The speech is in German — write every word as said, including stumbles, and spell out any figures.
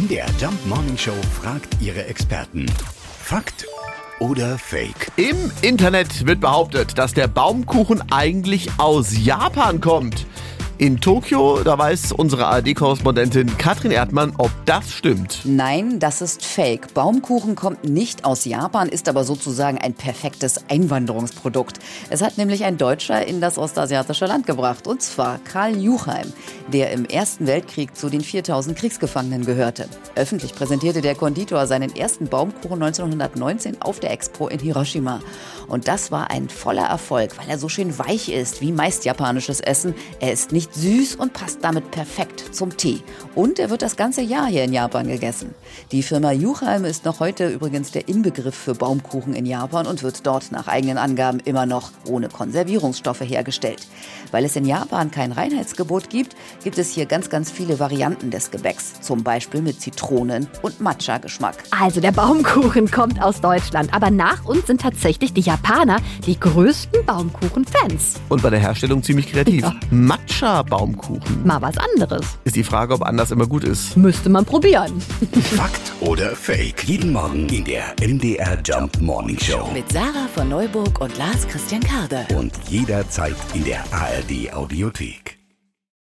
M D R Jump Morning Show fragt ihre Experten. Fakt oder Fake? Im Internet wird behauptet, dass der Baumkuchen eigentlich aus Japan kommt. In Tokio, da weiß unsere A R D-Korrespondentin Katrin Erdmann, ob das stimmt. Nein, das ist Fake. Baumkuchen kommt nicht aus Japan, ist aber sozusagen ein perfektes Einwanderungsprodukt. Es hat nämlich ein Deutscher in das ostasiatische Land gebracht, und zwar Karl Juchheim, der im Ersten Weltkrieg zu den viertausend Kriegsgefangenen gehörte. Öffentlich präsentierte der Konditor seinen ersten Baumkuchen neunzehnhundertneunzehn auf der Expo in Hiroshima. Und das war ein voller Erfolg, weil er so schön weich ist, wie meist japanisches Essen. Er ist nicht süß und passt damit perfekt zum Tee. Und er wird das ganze Jahr hier in Japan gegessen. Die Firma Juchheim ist noch heute übrigens der Inbegriff für Baumkuchen in Japan und wird dort nach eigenen Angaben immer noch ohne Konservierungsstoffe hergestellt. Weil es in Japan kein Reinheitsgebot gibt, gibt es hier ganz, ganz viele Varianten des Gebäcks. Zum Beispiel mit Zitronen- und Matcha-Geschmack. Also der Baumkuchen kommt aus Deutschland, aber nach uns sind tatsächlich die Japaner die größten Baumkuchen-Fans. Und bei der Herstellung ziemlich kreativ. Ja. Matcha-Baumkuchen. Mal was anderes. Ist die Frage, ob anders immer gut ist. Müsste man probieren. Fakt oder Fake? Jeden Morgen in der M D R Jump Morning Show. Mit Sarah von Neuburg und Lars Christian Karde. Und jederzeit in der A R D Audiothek.